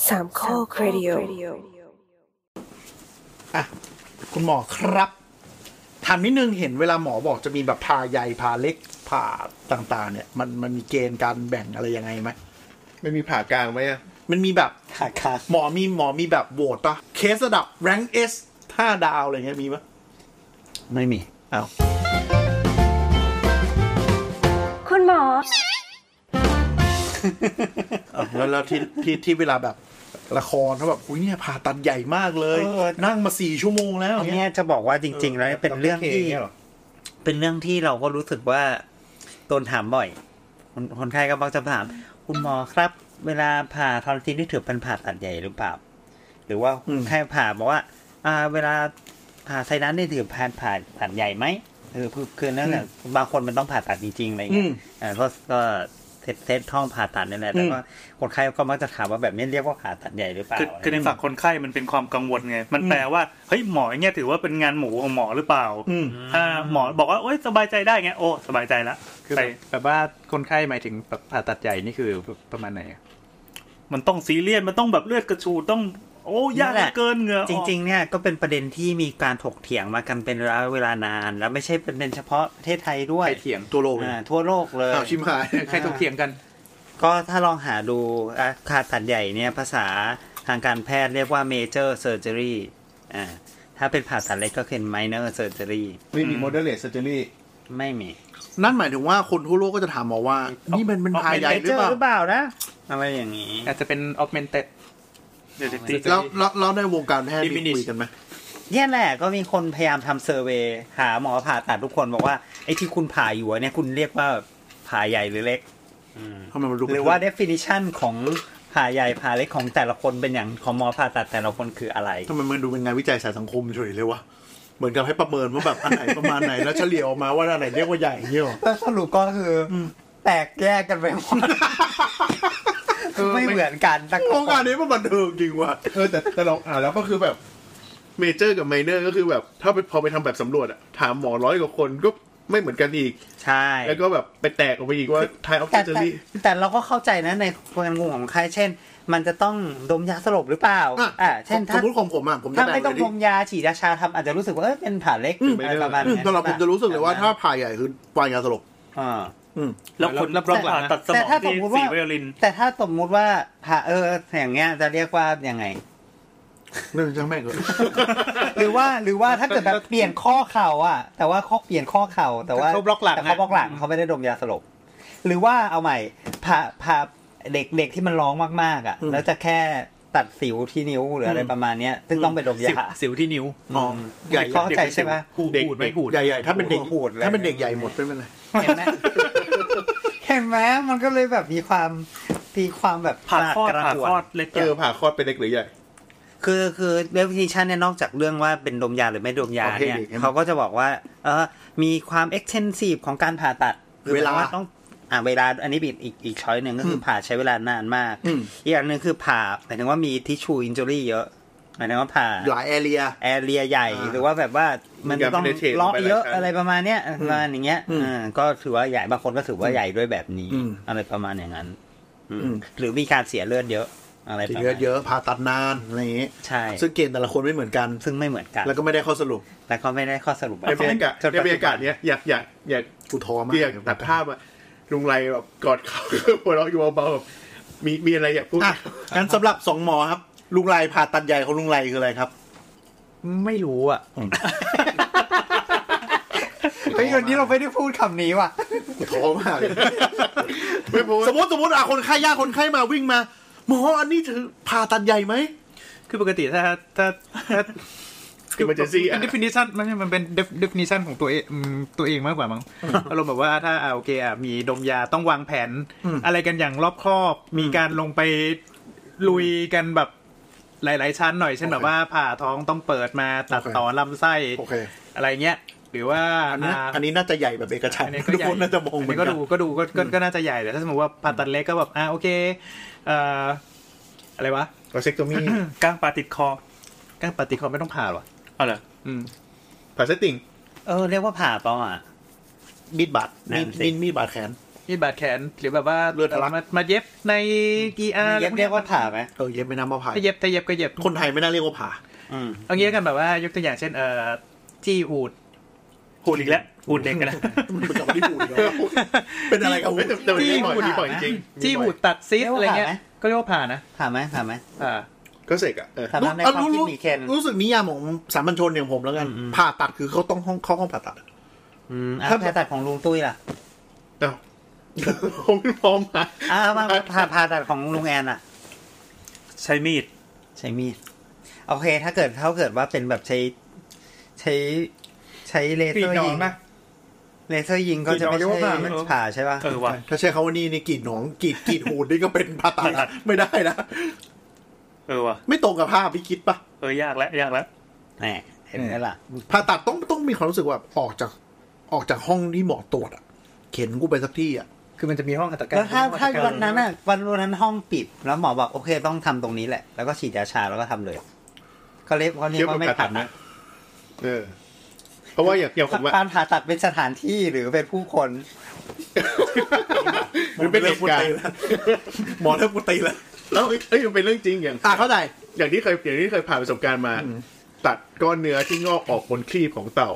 สามข้อครดิโออ่ะคุณหมอครับถามนิดนึงเห็นเวลาหมอบอกจะมีแบบผ่าใหญ่ผ่าเล็กผ่าต่างๆเนี่ยมันมีเกณฑ์การแบ่งอะไรยังไงไหมไม่มีผ่ากลางไหมอ่ะมันมีแบบผ่ากลางหมอมีแบบโหวตปะเคสระดับแรงค์ S 5 ดาวอะไรเงี้ยมีปะไม่มีอ้าวคุณหมอแล้วที่เวลาแบบละครเขาแบบอุ้ยเนี่ยผ่าตัดใหญ่มากเลยนั่งมา4 ชั่วโมงแล้วเนี่ยจะบอกว่าจริงๆแล้วเป็นเรื่องที่เราก็รู้สึกว่าโดนถามบ่อยคนไข้ก็มักจะถามคุณหมอครับเวลาผ่าทอร์ซินที่ถือเป็นผ่าตัดใหญ่หรือเปล่าหรือว่าแค่ผ่าบอกว่าเวลาผ่าไซนัสนี่ถือผ่าตัดใหญ่ไหมคือนั่นแหละบางคนมันต้องผ่าตัดจริงๆอะไรเงี้ยก็เซตห้องผ่าตัดนี่แหละแล้วก็คนไข้ก็มักจะถามว่าแบบนี้เรียกว่าผ่าตัดใหญ่หรือเปล่าคือในฝั่งคนไข้มันเป็นความกังวลไงมันแปลว่าเฮ้ยหมออย่างเงี้ยถือว่าเป็นงานหมูของหมอหรือเปล่าถ้าหมอบอกว่าโอ๊ยสบายใจได้ไงโอ้สบายใจละคือแบบว่าคนไข้หมายถึงผ่าตัดใหญ่นี่คือประมาณไหนมันต้องซีเรียสมันต้องแบบเลือดกระชูดต้องโอ้ยากเกินเหงื่อจริงๆเนี่ยก็เป็นประเด็นที่มีการถกเถียงมากันเป็นเวลานานแล้วไม่ใช่เป็นเฉพาะประเทศไทยด้วยเถียงทั่วโลกทั่วโลกเลยชิมหายใครถกเถียงกันก็ถ้าลองหาดูผ่าตัดใหญ่เนี่ยภาษาทางการแพทย์เรียกว่า major surgery ถ้าเป็นผ่าตัดเล็กก็คือ minor surgery ไม่มี moderate surgery ไม่มีนั่นหมายถึงว่าคนทั่วโลกก็จะถามหมอว่านี่มันผ่าใหญ่หรือเปล่านะอะไรอย่างนี้อาจจะเป็น augmented แล้วในวงการแพทย์มีคุยกันไหมเนี่ยแหละก็มีคนพยายามทำเซอร์เวย์หาหมอผ่าตัดทุกคนบอกว่าไอ้ที่คุณผ่าอยู่เนี่ยคุณเรียกว่าผ่าใหญ่หรือเล็กหรือว่า definition ของผ่าใหญ่ผ่าเล็กของแต่ละคนเป็นอย่างของหมอผ่าตัดแต่ละคนคืออะไรทำไมมันดูเป็นงานวิจัยสายสังคมเฉยเลยวะเหมือนกับให้ประเมินว่าแบบอันไหนประมาณไหนแล้วเฉลี่ยออกมาว่าอันไหนเรียกว่าใหญ่เงี้ยหรอแล้วสรุปก็คือแตกแยกกันไปหมดไม่เหมือนกันโครงการนี้มันบันเทิงจริงว่ะแต่เราแล้วก็คือแบบเมเจอร์กับไมเนอร์ก็คือแบบถ้าพอไปทำแบบสำรวจอะถามหมอ100 กว่าคนก็ไม่เหมือนกันอีกใช่แล้วก็แบบไปแตกออกไปอีกว่าไทยออฟฟิศแต่เราก็เข้าใจนะในการงงของใครเช่นมันจะต้องดมยาสลบหรือเปล่าเช่นถ้าสมมติของผมถ้าไม่ต้องดมยาฉีดยาชาทำอาจจะรู้สึกว่าเป็นผ่าเล็กอะไรประมาณนี้สำหรับผมจะรู้สึกเลยว่าถ้าผ่าใหญ่คือวางยาสลบแล้วคนรับรองผ่าตัดสมองที่สีไวโอลินแต่ถ้าสมมุติว่าผ่าอย่างเงี้ยจะเรียกว่ายังไงเรื่องจังแม่งหรือว่าถ้าเกิดแบบเปลี่ยนข้อเข่าแต่ว่าเปลี่ยนข้อเข่าแต่ว่าเขาบล็อกหลังเขาไม่ได้ดมยาสลบหรือว่าเอาใหม่ผ่าเด็กที่มันร้องมากๆแล้วจะแค่ตัดสิวที่นิ้วหรืออะไรประมาณนี้ซึ่งต้องไปดมยาสิวที่นิ้วใหญ่เข้าใจใช่ไหมเด็กไม่หูดใหญ่ๆถ้าเป็นเด็กใหญ่หมดเป็นไรเห็นไหมมันก็เลยแบบมีความแบบผ่าคลอดเล็กผ่าคลอดเป็นเล็กหรือใหญ่คือ definition เนี่ยนอกจากเรื่องว่าเป็นดมยาหรือไม่ดมยาเนี่ยเขาก็จะบอกว่ามีความ extensive ของการผ่าตัดเวลาต้องเวลาอันนี้อีกช้อยหนึ่งก็คือผ่าใช้เวลานานมากอีกอย่างนึงคือผ่าหมายถึงว่ามี tissue injury เยอะหมายถึงว่าผ่าหลายแอเรียใหญ่หรือว่าแบบว่ามันต้องเลาะเยอะอะไรประมาณเนี้ยอย่างเงี้ยก็ถือว่าใหญ่บางคนก็ถือว่าใหญ่ด้วยแบบนี้อะไรประมาณอย่างนั้นหรือมีการเสียเลือดเยอะอะไรประมาณเยอะผ่าตัดนานอะไรอย่างงี้ใช่ซึ่งเกณฑ์แต่ละคนไม่เหมือนกันแล้วก็ไม่ได้ข้อสรุปในบรรยากาศเนี้ยอยากกูท้อมากอยากตัดภาพลุงไรแบบกอดเขาหัวเราะอยู่เบาๆแบบมีอะไรอยากพูดงั้นสำหรับ2 หมอครับลุงไรผ่าตัดใหญ่ของลุงไรคืออะไรครับไม่รู้เฮ้ยวันนี้เราไม่ได้พูดคำนี้ว่ะท้อมากไม่พูดสมมติคนไข้ยากคนไข้มาวิ่งมาหมออันนี้ถือผ่าตัดใหญ่ไหมคือปกติถ้าคือมันจะซี definition มันเป็น definition ของตัวเองมากกว่ามั้งอารมณ์แบบว่าถ้าโอเคมีดมยาต้องวางแผนอะไรกันอย่างรอบคอบมีการลงไปลุยกันแบบหลายๆชั้นหน่อยเช่นแบบว่าผ่าท้องต้องเปิดมาตัดต่อลำไส้อะไรเงี้ยหรือว่าอันนี้น่าจะใหญ่แบบเอกชันทุกคนน่าจะมองก็ดูน่าจะใหญ่แต่ถ้าสมมติว่าผ่าตัดเล็กก็แบบโอเคอะไรวะก็เซ็กโตมีก้างปลาติดคอไม่ต้องผ่าหรอเหรอผ่าเซตติ้งเรียกว่าผ่าเปล่ามีดบาดแขนมีดบาดแขนหรือแบบว่าเลือดทะลักมาเย็บใน ER เรียกว่าผ่าไหมเย็บไม่น้ำมะพร้าวถ้าเย็บก็เย็บคนไทยไม่น่าเรียกว่าผ่าเอางี้กันแบบว่ายกตัวอย่างเช่นจี้หูดหูดอีกแล้วหูดเด็กกันนะมันกลับมาที่หูดอีกแล้วเป็นอะไรกับหูดแต่มันมีบ่อยจริงจี้หูดตัดซิสอะไรเงี้ยก็เรียกว่าผ่านะผ่าไหมก็เสกอ่ะสำหรับในความคิดมีเคนรู้สึกนิยามของสามัญชนอย่างผมแล้วกันผ่าตัดคือเขาต้องเข้าห้องผ่าตัดถ้าผ่าตัดของลุงตุ้ยล่ะอ้าวผมไม่พร้อมมามาผ่าตัดของลุงแอนอ่ะใช้มีดโอเค ถ้าเกิดว่าเป็นแบบใช้เลเซอร์ยิงเลเซอร์ยิงก็จะไม่ใช่ผ่าใช่ป่ะว่ะถ้าใช้คำว่านี่กรีดหนองกรีดหูดนี่ก็เป็นผ่าตัดไม่ได้นะว่ะไม่ตรงกับภาพพี่คิดปะยากแล้วแหมเห็นไหมล่ะผ่าตัดต้องมีความรู้สึกว่าออกจากห้องที่หมอตรวจอ่ะเข็นกูไปสักที่อ่ะคือมันจะมีห้องผ่าตัดแล้วถ้าวันนั้นน่ะวันนั้นห้องปิดแล้วหมอบอกโอเคต้องทำตรงนี้แหละแล้วก็ฉีดยาชาแล้วก็ทำเลยก็เรียกว่าไม่ผ่านะเพราะว่าอย่างผมว่าการผ่าตัดเป็นสถานที่หรือเป็นผู้คนหรือเป็นเหตุการณ์หมอเริ่มกูตีแล้วมันเป็นเรื่องจริงอย่างเข้าใจอย่างที่เคยผ่านประสบการณ์มาตัดก้อนเนื้อที่งอกออกบนครีบของเต่า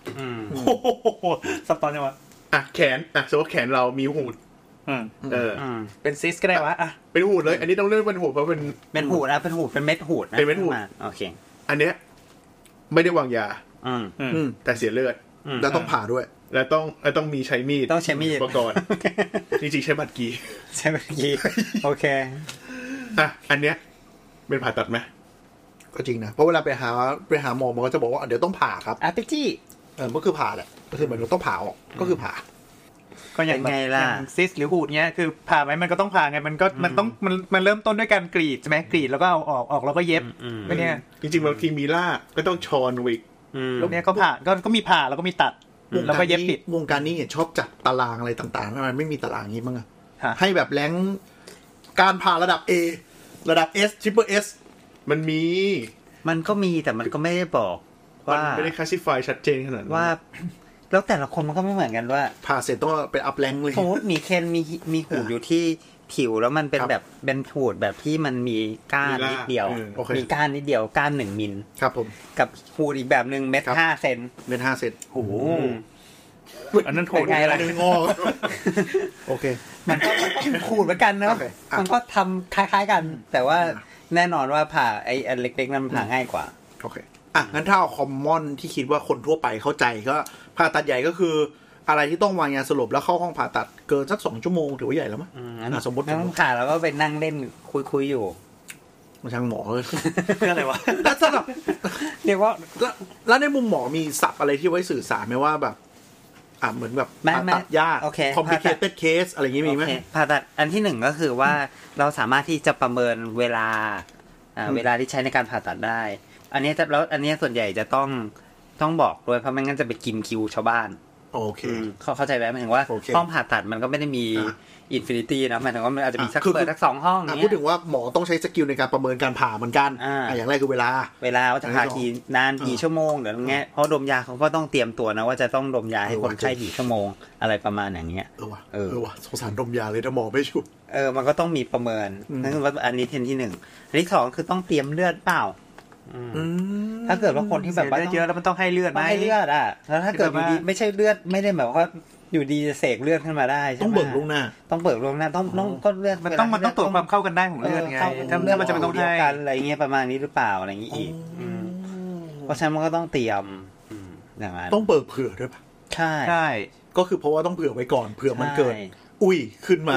ซับซ้อนจังวะแขนสมมติแขนเรามีหูดเป็นซิสก็ได้วะเป็นหูดเลยอันนี้ต้องเรียกเป็นหูดเพราะเป็นหูดนะเป็นหูดเป็นเม็ดหูดนะเป็นเม็ดหูดโอเคอันเนี้ยไม่ได้วางยาแต่เสียเลือดแล้วต้องผ่าด้วยแล้วต้องมีใช้มีดต้องใช้มีดอุปกรณ์จริงๆใช้บัตรกีใช้บัตรกีโอเคอันเนี้ยเป็นผ่าตัดไหมก็จริงนะเพราะเวลาไปหาหมอมันก็จะบอกว่าเดี๋ยวต้องผ่าครับไปจี้ก็คือผ่าแหละก็คือเหมือนเราต้องผ่าออกก็คือผ่าก็อย่างไงล่ะซิสหรือหูดเงี้ยคือผ่าไหมมันก็ต้องผ่าไงมันเริ่มต้นด้วยการกรีดใช่ไหมกรีดแล้วก็เอาออกแล้วก็เย็บไม่เนี่ยจริงๆบางทีมีล่าก็ต้องชอนวิกแล้วเนี่ยก็ผ่าก็มีผ่าแล้วก็มีตัดแล้วก็เย็บปิดวงการนี้ชอบจัดตารางอะไรต่างๆทำไมไม่มีตารางนี้บ้างให้แบบแรงการผ่าระดับ A ระดับ S Triple S มันก็มีแต่มันก็ไม่ได้บอกว่าไม่ได้คลาสสิฟายชัดเจนขนาดนั้นว่าแล้วแต่ละคนมันก็ไม่เหมือนกันว่าผ่าเสร็จต้องไปอัพแรงเลยสมมติมีเคนมีหูดอยู่ที่ผิวแล้วมันเป็นแบบเป็นหูดแบบที่มันมีก้านนิดเดียวมีก้านนิดเดียวก้าน1มิลครับผมกับหูดอีกแบบนึงเม็ด5เซนเม็ด5เซนโอ้โหอันนั้นโหดไงล่ะงอโอเคมันก็ขูดเหมือนกันเนาะมันก็ทำคล้ายๆกันแต่ว่าแน่นอนว่าผ่าไอ้อันเล็กๆนั้นผ่าง่ายกว่าโอเคงั้นถ้าเอาคอมมอนที่คิดว่าคนทั่วไปเข้าใจก็ผ่าตัดใหญ่ก็คืออะไรที่ต้องวางยาสลบแล้วเข้าห้องผ่าตัดเกินสัก2 ชั่วโมงถือว่าใหญ่แล้วมั้ยสมมติต้องผ่าแล้วก็ไปนั่งเล่นคุยอยู่มาช่างหมอเลยอะไรวะแล้วสำหรับเรียกว่าแล้วในมุมหมอมีศัพท์อะไรที่ไว้สื่อสารไหมว่าแบบเหมือนแบบผ่าตัดยาก complicated case อะไรอย่างงี้มีไหมผ่าตัดอันที่1ก็คือว่าเราสามารถที่จะประเมินเวลาที่ใช้ในการผ่าตัดได้อันนี้แล้วอันนี้ส่วนใหญ่จะต้องบอกด้วยเพราะไม่งั้นจะไปกินคิวชาวบ้านโอเคเข้าใจไหมหมายถึงว่าห้องผ่าตัดมันก็ไม่ได้มีอินฟินิตี้นะหมายถึงว่ามันอาจจะมีสักเปิดสัก2ห้องพูดถึงว่าหมอต้องใช้สกิลในการประเมินการผ่าเหมือนกันอย่างแรกคือเวลาว่าจะผ่านานกี่ชั่วโมงหรือไงเพราะดมยาเขาก็ต้องเตรียมตัวนะว่าจะต้องดมยาให้คนไข้กี่ชั่วโมงอะไรประมาณอย่างเงี้ยว่ะสงสารดมยาเลยถ้าหมอไม่ชุบมันก็ต้องมีประเมินนั่นคือว่าอันนี้ที่1อันที่2คือต้องเตรียมเลือดเปล่าถ้าเกิดว่าคนที่แบบว่าเยอะแล้วมันต้องให้เลือดไหมให้เลือดแล้วถ้าเกิดอยู่ดีไม่ใช่เลือดไม่ได้แบบว่าอยู่ดีจะเสกเลือดขึ้นมาได้ใช่ไหมต้องเบิกล่วงหน้าต้องก็เลือดมันต้องตรวจความเข้ากันได้ของเลือดไงถ้าเลือดมันจะไม่ต้องให้กันอะไรเงี้ยประมาณนี้หรือเปล่าอะไรอย่างงี้อีกเพราะฉะนั้นมันก็ต้องเตรียมอย่างนั้นต้องเบิกเผื่อด้วยป่ะใช่ก็คือเพราะว่าต้องเผื่อไว้ก่อนเผื่อมันเกิดขึ้นมา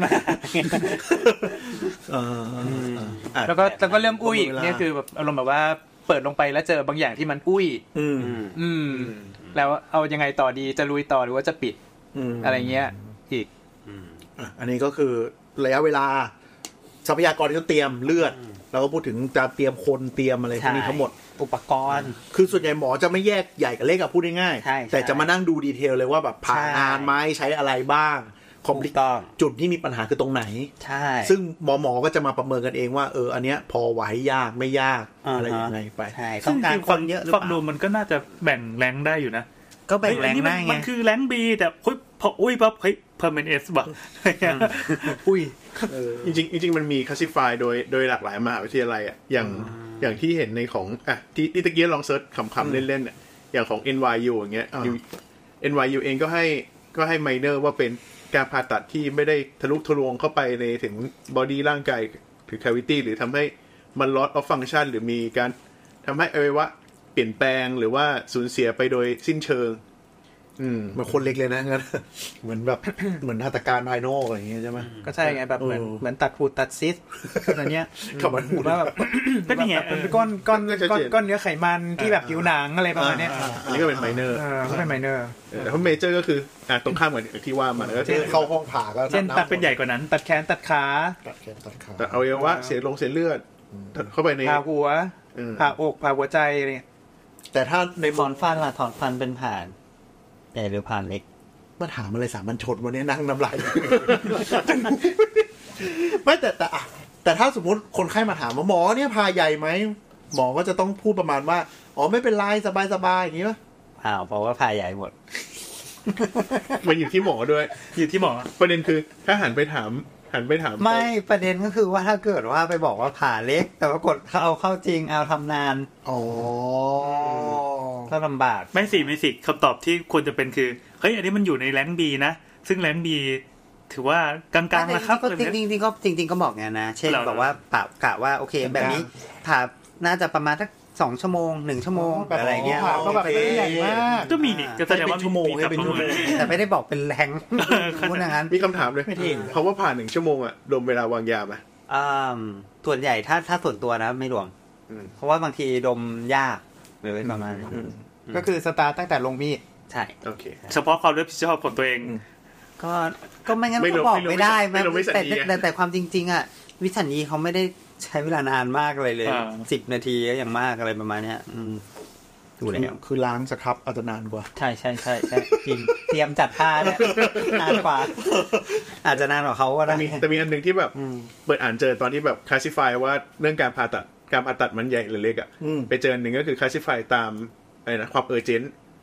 แล้วก็เริ่มเนี่ยคือแบบอารมณ์แบบว่าเปิดลงไปแล้วเจอบางอย่างที่มันแล้วเอายังไงต่อดีจะลุยต่อหรือว่าจะปิดอะไรเงี้ยอีกอันนี้ก็คือระยะเวลาทรัพยากรที่ต้องเตรียมเลือดเราก็พูดถึงจะเตรียมคนเตรียมอะไรพวกนี้ทั้งหมดอุปกรณ์คือส่วนใหญ่หมอจะไม่แยกใหญ่กับเล็กพูดง่ายๆแต่จะมานั่งดูดีเทลเลยว่าแบบผ่านานไหมใช้อะไรบ้างจุดที่มีปัญหาคือตรงไหนใช่ซึ่งหมอก็จะมาประเมินกันเองว่าอันเนี้ยพอไหวยากไม่ยากอะไรยังไงไปใช่ต้องการคนเยอะหรือเปล่าฟังดูมันก็น่าจะแบ่งแรงได้อยู่นะก็แบ่งแรงได้ไงมันคือแรง B แต่พออุ้ยปั๊บเฮ้ยเพิ่มเป็น S ว่ะอุ้ยจริงมันมี classify โดยหลากหลายมหาวิทยาลัยอ่ะอย่างที่เห็นในของที่ตะกี้ลองเซิร์ชขำๆเล่นๆเนี่ยอย่างของ NYU อย่างเงี้ย NYU เองก็ให้ minor ว่าเป็นการผ่าตัดที่ไม่ได้ทะลุทะลวงเข้าไปในถึงบอดี้ร่างกายหรือ cavity หรือทำให้มัน loss of function หรือมีการทำให้อวัยวะเปลี่ยนแปลงหรือว่าสูญเสียไปโดยสิ้นเชิงเหมือนคนเล็กเลยนะงั้นเหมือนแบบ เหมือนหัตถการภายนอกอะไรอย่างเงี้ยใช่ไหมก็ใช่ไงแบบเหมือนตัดหูตัดซิสอะไรเงี้ยคำว่าหูว่าแบบก็นี่ไงเป็นก้อนเนื้อไขมันที่แบบผิวหนังอะไรประมาณนี้อันนี้ก็เป็นไมเนอร์ก็เป็นไมเนอร์แต่ถ้าเมเจอร์ก็คือตรงข้ามกับที่ว่ามันก็เข้าห้องผ่าก็เช่นตัดเป็นใหญ่กว่านั้นตัดแขนตัดขาแต่เอาเยอะว่าเสียเลือดเข้าไปในผ่าหัวผ่าอกผ่าหัวใจอะไรแต่ถ้าในถอนฟันล่ะถอนฟันเป็นผ่าใหญ่หรือผ่าเล็กมาถามอะไรสามัญชนวันนี้นั่งน้ำลายไม่แต่ถ้าสมมติคนไข้มาถามว่าหมอเนี่ยผ่าใหญ่ไหมหมอก็จะต้องพูดประมาณว่าอ๋อไม่เป็นไรสบายๆอย่างนี้ป่ะเพราะว่าผ่าใหญ่หมดมันอยู่ที่หมอด้วยอยู่ที่หมอประเด็นคือถ้าหันไปถามไม่ประเด็นก็คือว่าถ้าเกิดว่าไปบอกว่าผ่าเล็กแต่ว่ากดเข้าจริงทำนานก็ลำบากไม่สิคำตอบที่ควรจะเป็นคือเฮ้ยอันนี้มันอยู่ในแรงบีนะซึ่งแรงบีถือว่า กลางๆนะครับจริงก็บอกไงนะเช่นบอกว่าปรับกะว่าโอเคแบบนี้ผ่าน่าจะประมาณสัก2 ชั่วโมง1 ชั่วโมงอะไรเงี้ยก็แบบไม่ใหญ่มากก็มีนี่ก็แสดงว่าชั่วโมงเป็นชั่วโมงแต่ไม่ได้บอกเป็นแรงพูดอย่างนั้นมีคำถามเลยเขาว่าผ่า1 ชั่วโมงอ่ะดมเวลาวางยาไหมส่วนใหญ่ถ้าส่วนตัวนะไม่รวมเพราะว่าบางทีดมยากหรือประมาณก็คือสตาร์ตั้งแต่ลงมีดใช่โอเคเฉพาะความรับผิดชอบของตัวเองก็ไม่งั้นก็บอกไม่ได้แต่ความจริงๆอ่ะวิสัญญีเขาไม่ได้ใช้เวลานานมากเลย10 นาทีก็อย่างมากอะไรประมาณเนี้ยดูแล้วคือล้างสครับอาจจะนานกว่าใช่จริงเตรียมจัดผ้าเนี่ยนานกว่าอาจจะนานกว่าเขาก็ได้แต่มีอันนึงที่แบบเปิดอ่านเจอตอนที่แบบ classify ว่าเรื่องการผ่าตัดมันใหญ่หรือเล็กอ่ะไปเจออันนึงก็คือ classify ตามอะไรนะความ urgent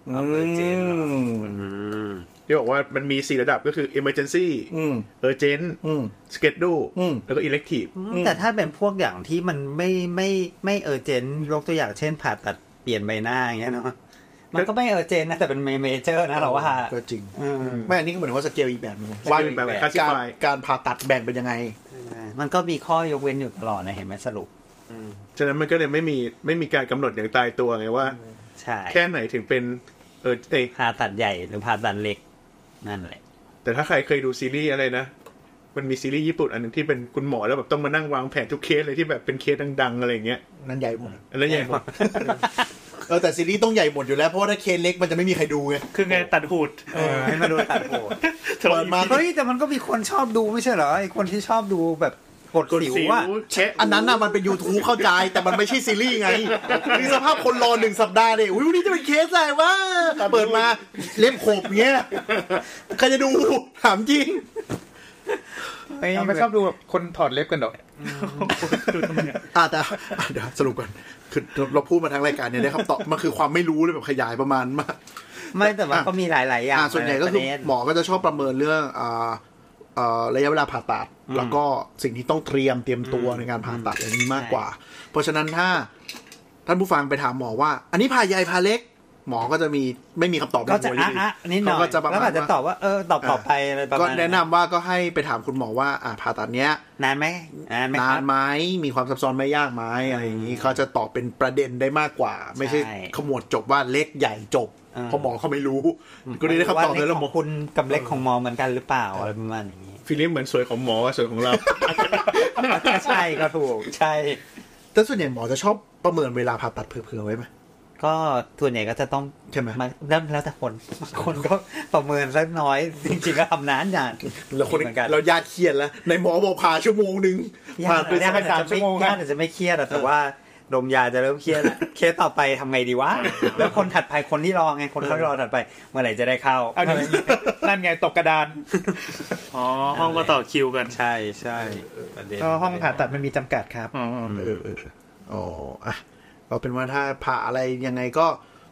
ที่บอกว่ามันมี4 ระดับก็คือ emergency urgent schedule แล้วก็ elective แต่ถ้าเป็นพวกอย่างที่มันไม่ urgent ยกตัวอย่างเช่นผ่าตัดเปลี่ยนใบหน้าอย่างเงี้ยเนาะมันก็ไม่ urgent นะแต่เป็น major นะเราว่าก็จริงไม่อันนี้ก็เหมือนว่าสเกลอีกแบบนึงว่าการผ่าตัดแบ่งเป็นยังไงมันก็มีข้อยกเว้นอยู่ตลอดนะเห็นไหมสรุปฉะนั้นมันก็เลยไม่มีการกำหนดอย่างตายตัวไงว่าแค่ไหนถึงเป็นผ่าตัดใหญ่หรือผ่าตัดเล็กนั่นแหละแต่ถ้าใครเคยดูซีรีส์อะไรนะมันมีซีรีส์ญี่ปุ่นอันนึงที่เป็นคุณหมอแล้วแบบต้องมานั่งวางแผนทุกเคสเลยที่แบบเป็นเคสดังๆอะไรอย่างเงี้ยนั่นใหญ่หมดแล้วใหญ่หมดแต่ซีรีส์ต้องใหญ่หมดอยู่แล้วเพราะว่าถ้าเคสเล็กมันจะไม่มีใครดูไงคือไงตัดหูดให้มาดูตัดหูดเปิดมาเฮ้ยแต่มันก็มีคนชอบดูไม่ใช่เหรอไอ้คนที่ชอบดูแบบกดสิวอ่ะอันนั้นน่ะมันเป็น YouTube เข้าใจแต่มันไม่ใช่ซีรีส์ไงมีสภาพคนรอ1 สัปดาห์เลยวันนี้จะเป็นเคสอะไรวะเปิดมาเล็บขบเงี้ยใครจะดูถามจริงไม่ชอบดูแบบคนถอดเล็บกันหรอดูทำไมแต่เดี๋ยวสรุปก่อนคือเราพูดมาทั้งรายการเนี่ยได้คำตอบมันคือความไม่รู้เลยแบบขยายประมาณมากไม่แต่ว่าก็มีหลายๆอย่างส่วนใหญ่ก็คือหมอก็จะชอบประเมินเรื่องระยะเวลาผ่าตัดแล้วก็สิ่งที่ต้องเตรียมตัวในการผ่าตัดอย่างนี้มากกว่าเพราะฉะนั้นถ้าท่านผู้ฟังไปถามหมอว่าอันนี้ผ่าใหญ่ผ่าเล็กหมอก็จะไม่มีคำตอบก็จะนิดหน่อยแล้วอาจจะตอบว่าตอบต่อไปอะไรประมาณก็แนะนำว่าก็ให้ไปถามคุณหมอว่าผ่าตัดเนี้ยนานไหมมีความซับซ้อนไม่ยากไหมอะไรอย่างนี้เขาจะตอบเป็นประเด็นได้มากกว่าไม่ใช่ขมวดจบว่าเล็กใหญ่จบเพราะหมอเขาไม่รู้ก็ได้คำตอบเลยแล้วหมอคุณกับเล็กของหมอเหมือนกันหรือเปล่าอะไรประมาณนี้ฟิลิปเหมือนสวยของหมอสวยของเราใช่ก็ถูกใช่แต่ส่วนใหญ่หมอจะชอบประเมินเวลาผ่าตัดเผื่อไว้ไหมก็ส่วนใหญ่ก็จะต้องใช่ไหมแล้วแต่คนก็ประเมินสักน้อยจริงๆก็ทำนานอย่างแล้วคนเราญาติเครียดแล้วในหมอบอกผ่าชั่วโมงนึงผ่าไป3 ชั่วโมงญาติจะไม่เครียดแต่ว่าดมยาจะเริ่มเครียดเคสต่อไปทำไงดีวะแล้วคนถัดไปคนที่รอไงคนที่รอถัดไปเมื่อไหร่จะได้เข้านั่นไงตกกระดานห้องก็ต่อคิวกันใช่ก็ห้องผ่าตัดมันมีจำกัดครับก็เป็นว่าถ้าผ่าอะไรยังไงก็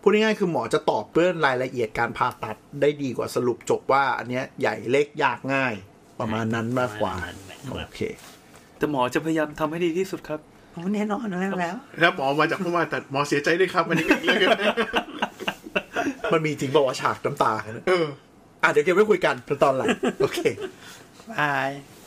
พูดง่ายๆคือหมอจะตอบเรื่องรายละเอียดการผ่าตัดได้ดีกว่าสรุปจบว่าอันเนี้ยใหญ่เล็กยากง่ายประมาณนั้นมากกว่าโอเคแต่หมอจะพยายามทำให้ดีที่สุดครับแน่นอนแล้วแล้วหมอมาจากห้องผ่าตัดหมอเสียใจด้วยครับอันนี้เรื่องมันมีจริงบอกว่าฉากน้ำตาเดี๋ยวเก็บไว้คุยกันตอนหลังโอเคบาย